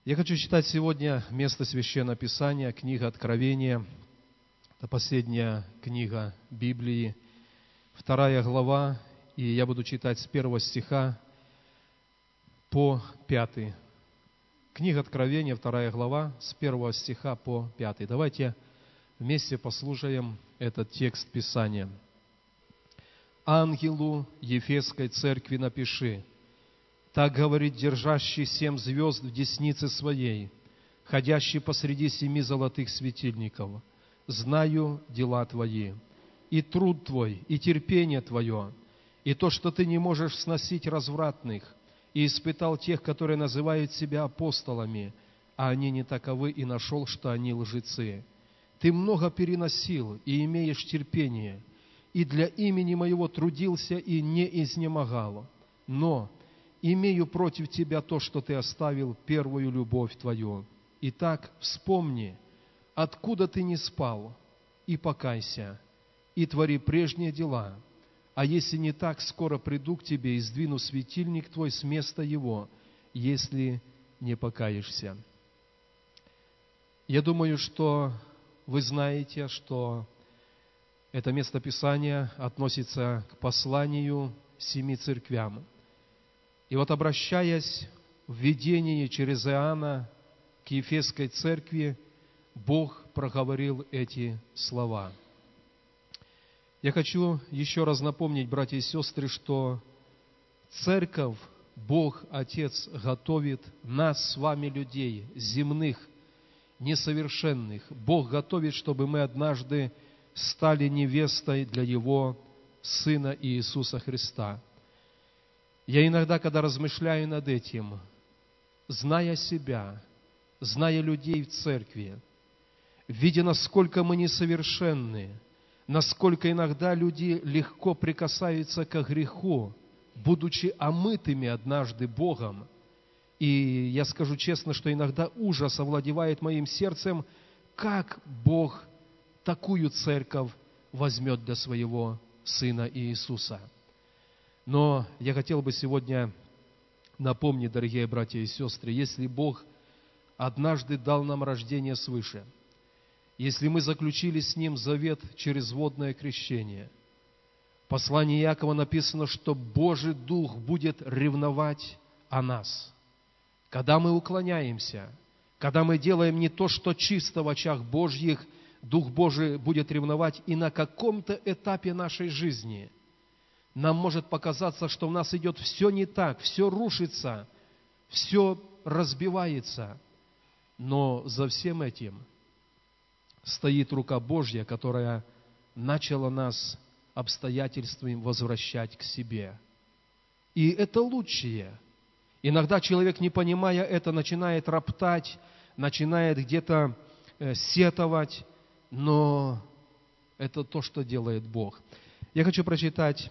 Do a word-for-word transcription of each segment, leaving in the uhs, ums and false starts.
Я хочу читать сегодня место Священного Писания, книга Откровения. Это последняя книга Библии, вторая глава, и я буду читать с первого стиха по пятый. Книга Откровения, вторая глава, с первого стиха по пятый. Давайте вместе послушаем этот текст Писания. «Ангелу Ефесской церкви напиши: так говорит держащий семь звезд в деснице своей, ходящий посреди семи золотых светильников: знаю дела твои, и труд твой, и терпение твое, и то, что ты не можешь сносить развратных, и испытал тех, которые называют себя апостолами, а они не таковы, и нашел, что они лжецы. Ты много переносил, и имеешь терпение, и для имени моего трудился, и не изнемогал. Но имею против тебя то, что ты оставил первую любовь твою. Итак, вспомни, откуда ты не спал, и покайся, и твори прежние дела. А если не так, скоро приду к тебе и сдвину светильник твой с места его, если не покаешься». Я думаю, что вы знаете, что это местописание относится к посланию семи церквям. И вот, обращаясь в видении через Иоанна к Ефесской церкви, Бог проговорил эти слова. Я хочу еще раз напомнить, братья и сестры, что церковь, Бог, Отец, готовит нас с вами, людей, земных, несовершенных. Бог готовит, чтобы мы однажды стали невестой для Его Сына Иисуса Христа. Я иногда, когда размышляю над этим, зная себя, зная людей в церкви, видя, насколько мы несовершенны, насколько иногда люди легко прикасаются к греху, будучи омытыми однажды Богом, и я скажу честно, что иногда ужас овладевает моим сердцем, как Бог такую церковь возьмет для своего Сына Иисуса. Но я хотел бы сегодня напомнить, дорогие братья и сестры, если Бог однажды дал нам рождение свыше, если мы заключили с Ним завет через водное крещение, в послании Иакова написано, что Божий Дух будет ревновать о нас. Когда мы уклоняемся, когда мы делаем не то, что чисто в очах Божьих, Дух Божий будет ревновать, и на каком-то этапе нашей жизни нам может показаться, что у нас идет все не так, все рушится, все разбивается. Но за всем этим стоит рука Божья, которая начала нас обстоятельствами возвращать к себе. И это лучшее. Иногда человек, не понимая это, начинает роптать, начинает где-то э, сетовать, но это то, что делает Бог. Я хочу прочитать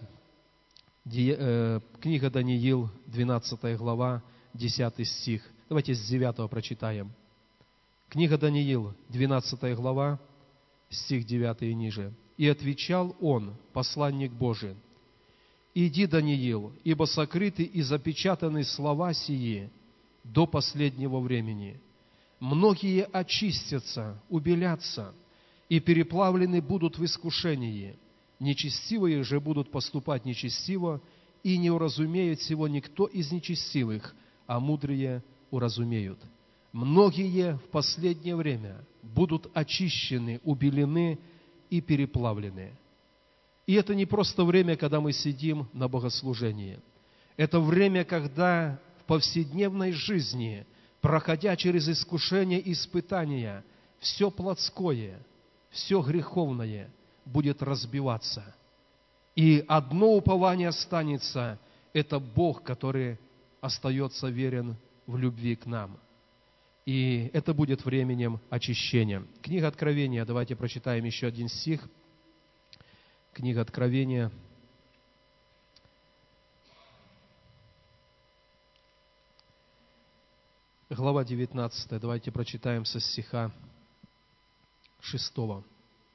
Ди, э, книга Даниил, двенадцатая глава, десятый стих. Давайте с девятого прочитаем. Книга Даниил, двенадцатая глава, стих девятый и ниже. «И отвечал он, посланник Божий: иди, Даниил, ибо сокрыты и запечатаны слова сии до последнего времени. Многие очистятся, убелятся, и переплавлены будут в искушении. Нечестивые же будут поступать нечестиво, и не уразумеет всего никто из нечестивых, а мудрые уразумеют. Многие в последнее время будут очищены, убелены и переплавлены». И это не просто время, когда мы сидим на богослужении. Это время, когда в повседневной жизни, проходя через искушения и испытания, все плотское, все греховное будет разбиваться. И одно упование останется – это Бог, который остается верен в любви к нам. И это будет временем очищения. Книга Откровения, давайте прочитаем еще один стих. Книга Откровения, глава девятнадцатая, давайте прочитаем со стиха шестого.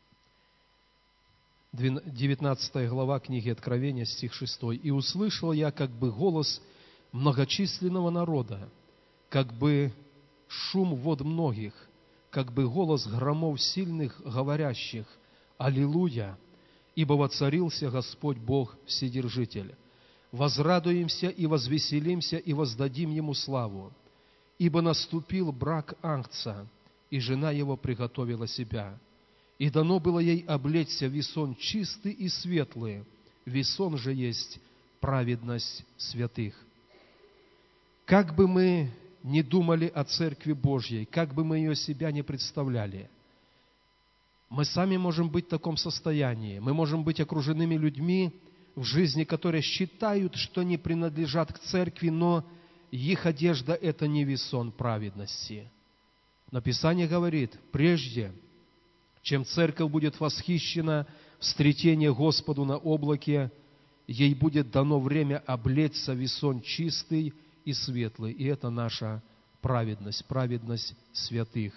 девятнадцатая глава книги Откровения, стих шестой. «И услышал я как бы голос многочисленного народа, как бы шум вод многих, как бы голос громов сильных, говорящих: Аллилуйя! Ибо воцарился Господь Бог Вседержитель. Возрадуемся и возвеселимся, и воздадим Ему славу. Ибо наступил брак Агнца, и жена его приготовила себя. И дано было ей облечься в весон чистый и светлый, весон же есть праведность святых. Как бы мы ни думали о Церкви Божьей, как бы мы ее себя не представляли, мы сами можем быть в таком состоянии. Мы можем быть окруженными людьми в жизни, которые считают, что не принадлежат к Церкви, но их одежда – это не весон праведности. Но Писание говорит: прежде чем Церковь будет восхищена в встретении Господу на облаке, ей будет дано время облечься в весон чистый и светлый. И это наша праведность, праведность святых.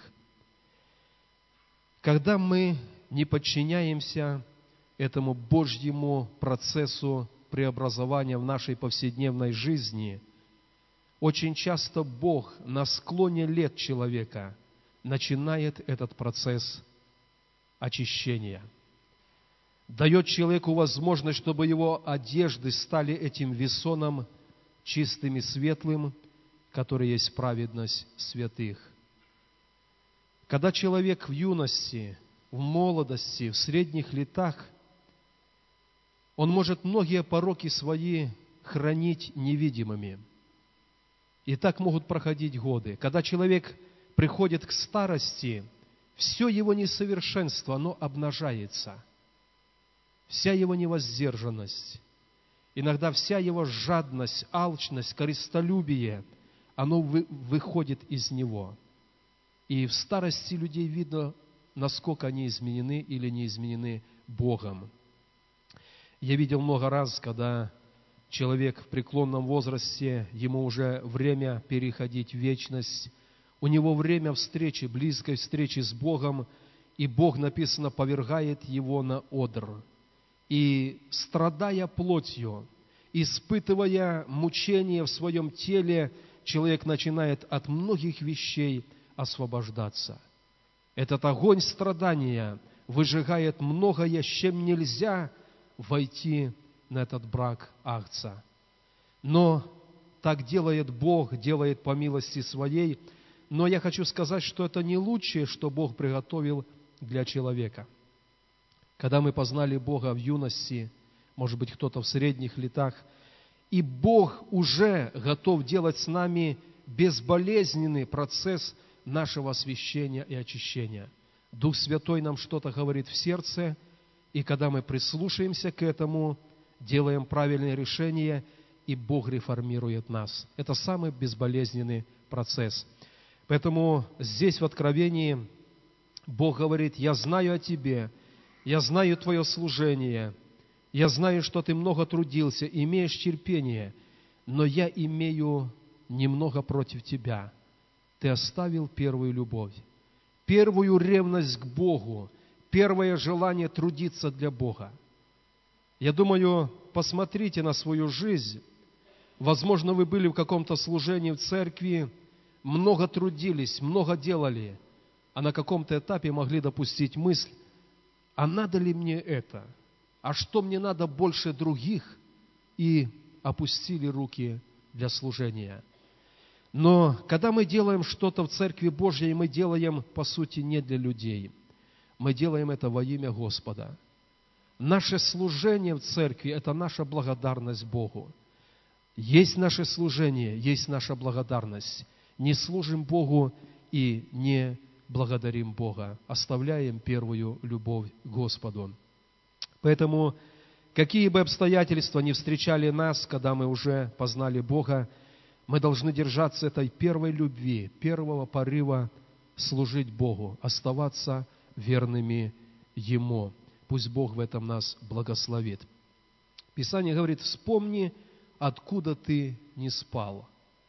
Когда мы не подчиняемся этому Божьему процессу преобразования в нашей повседневной жизни, очень часто Бог на склоне лет человека начинает этот процесс очищения. Дает человеку возможность, чтобы его одежды стали этим весоном чистым и светлым, который есть праведность святых. Когда человек в юности, в молодости, в средних летах, он может многие пороки свои хранить невидимыми. И так могут проходить годы. Когда человек приходит к старости, все его несовершенство, оно обнажается. Вся его невоздержанность, иногда вся его жадность, алчность, корыстолюбие, оно вы, выходит из него. И в старости людей видно, насколько они изменены или не изменены Богом. Я видел много раз, когда человек в преклонном возрасте, ему уже время переходить в вечность, у него время встречи, близкой встречи с Богом, и Бог, написано, повергает его на одр. И страдая плотью, испытывая мучения в своем теле, человек начинает от многих вещей освобождаться. Этот огонь страдания выжигает многое, с чем нельзя войти на этот брак Агнца. Но так делает Бог, делает по милости Своей. Но я хочу сказать, что это не лучшее, что Бог приготовил для человека. Когда мы познали Бога в юности, может быть, кто-то в средних летах, и Бог уже готов делать с нами безболезненный процесс нашего освящения и очищения. Дух Святой нам что-то говорит в сердце, и когда мы прислушаемся к этому, делаем правильное решение, и Бог реформирует нас. Это самый безболезненный процесс. Поэтому здесь в Откровении Бог говорит: «Я знаю о тебе, я знаю твое служение, я знаю, что ты много трудился, имеешь терпение, но я имею немного против тебя. Ты оставил первую любовь, первую ревность к Богу, первое желание трудиться для Бога». Я думаю, посмотрите на свою жизнь. Возможно, вы были в каком-то служении в церкви, много трудились, много делали, а на каком-то этапе могли допустить мысль: а надо ли мне это? А что мне надо больше других? И опустили руки для служения. Но когда мы делаем что-то в Церкви Божьей, мы делаем, по сути, не для людей. Мы делаем это во имя Господа. Наше служение в Церкви – это наша благодарность Богу. Есть наше служение, есть наша благодарность. Не служим Богу и не благодарим Бога. Оставляем первую любовь к Господу. Поэтому, какие бы обстоятельства ни встречали нас, когда мы уже познали Бога, мы должны держаться этой первой любви, первого порыва служить Богу, оставаться верными Ему. Пусть Бог в этом нас благословит. Писание говорит: вспомни, откуда ты не спал.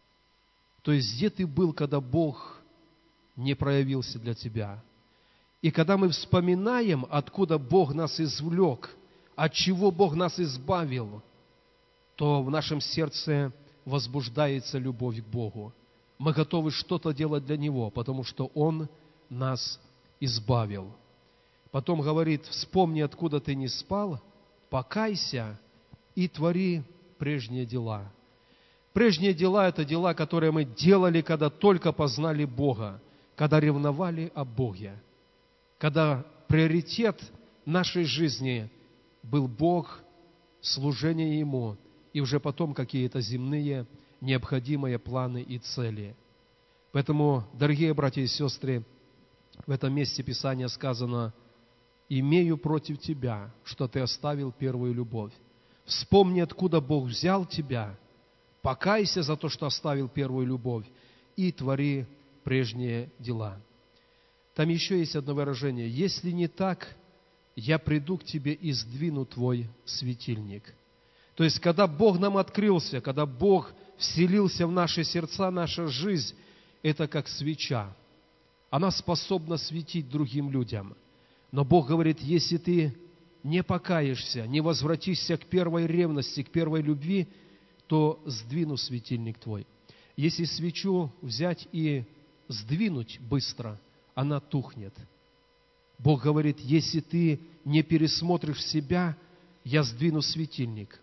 То есть, где ты был, когда Бог не проявился для тебя. И когда мы вспоминаем, откуда Бог нас извлек, от чего Бог нас избавил, то в нашем сердце возбуждается любовь к Богу. мы готовы что-то делать для Него, потому что Он нас избавил. Потом говорит, вспомни, откуда ты не спал, покайся и твори прежние дела. Прежние дела – это дела, которые мы делали, когда только познали Бога, когда ревновали о Боге, когда приоритет нашей жизни был Бог, служение Ему, и уже потом какие-то земные необходимые планы и цели. Поэтому, дорогие братья и сестры, в этом месте Писания сказано: «Имею против тебя, что ты оставил первую любовь. Вспомни, откуда Бог взял тебя, покайся за то, что оставил первую любовь, и твори прежние дела». Там еще есть одно выражение: «Если не так, я приду к тебе и сдвину твой светильник». То есть, когда Бог нам открылся, когда Бог вселился в наши сердца, наша жизнь – это как свеча. Она способна светить другим людям. Но Бог говорит, если ты не покаешься, не возвратишься к первой ревности, к первой любви, то сдвину светильник твой. Если свечу взять и сдвинуть быстро, она тухнет. Бог говорит, если ты не пересмотришь себя, я сдвину светильник.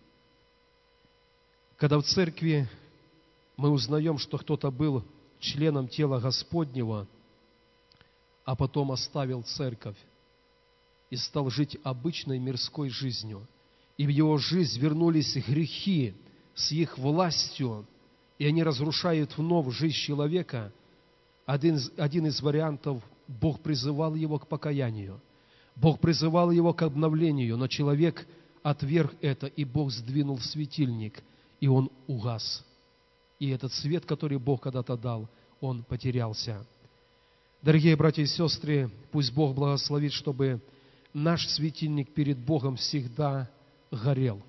Когда в церкви мы узнаем, что кто-то был членом тела Господнего, а потом оставил церковь и стал жить обычной мирской жизнью, и в его жизнь вернулись грехи с их властью, и они разрушают вновь жизнь человека, один, один из вариантов – Бог призывал его к покаянию, Бог призывал его к обновлению, но человек отверг это, и Бог сдвинул светильник, и он угас. И этот свет, который Бог когда-то дал, он потерялся. Дорогие братья и сестры, пусть Бог благословит, чтобы наш светильник перед Богом всегда горел.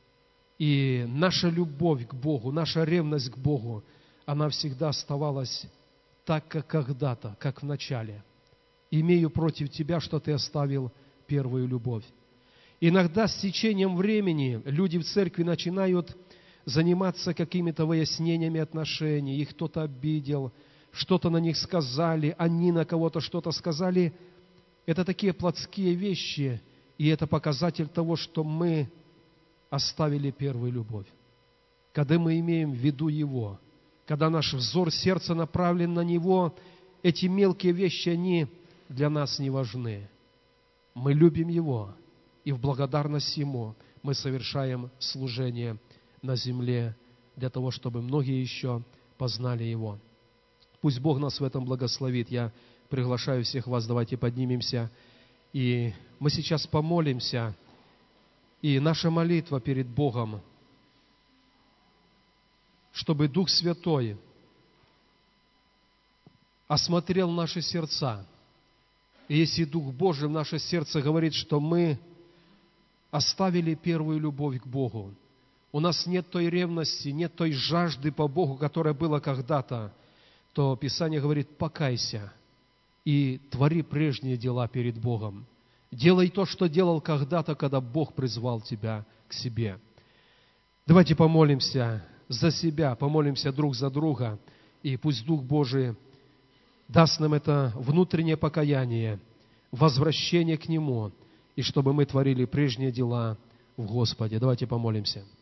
И наша любовь к Богу, наша ревность к Богу, она всегда оставалась так, как когда-то, как в начале. «Имею против тебя, что ты оставил первую любовь». Иногда с течением времени люди в церкви начинают заниматься какими-то выяснениями отношений, их кто-то обидел, что-то на них сказали, они на кого-то что-то сказали. Это такие плотские вещи, и это показатель того, что мы оставили первую любовь. Когда мы имеем в виду Его, когда наш взор сердца направлен на Него, эти мелкие вещи, они для нас не важны. Мы любим Его, и в благодарность Ему мы совершаем служение на земле для того, чтобы многие еще познали Его. Пусть Бог нас в этом благословит. Я приглашаю всех вас, давайте поднимемся. И мы сейчас помолимся. И наша молитва перед Богом, чтобы Дух Святой осмотрел наши сердца. И если Дух Божий в наше сердце говорит, что мы оставили первую любовь к Богу, у нас нет той ревности, нет той жажды по Богу, которая была когда-то, то Писание говорит, покайся и твори прежние дела перед Богом. Делай то, что делал когда-то, когда Бог призвал тебя к себе. Давайте помолимся за себя, помолимся друг за друга, и пусть Дух Божий даст нам это внутреннее покаяние, возвращение к Нему, и чтобы мы творили прежние дела в Господе. Давайте помолимся.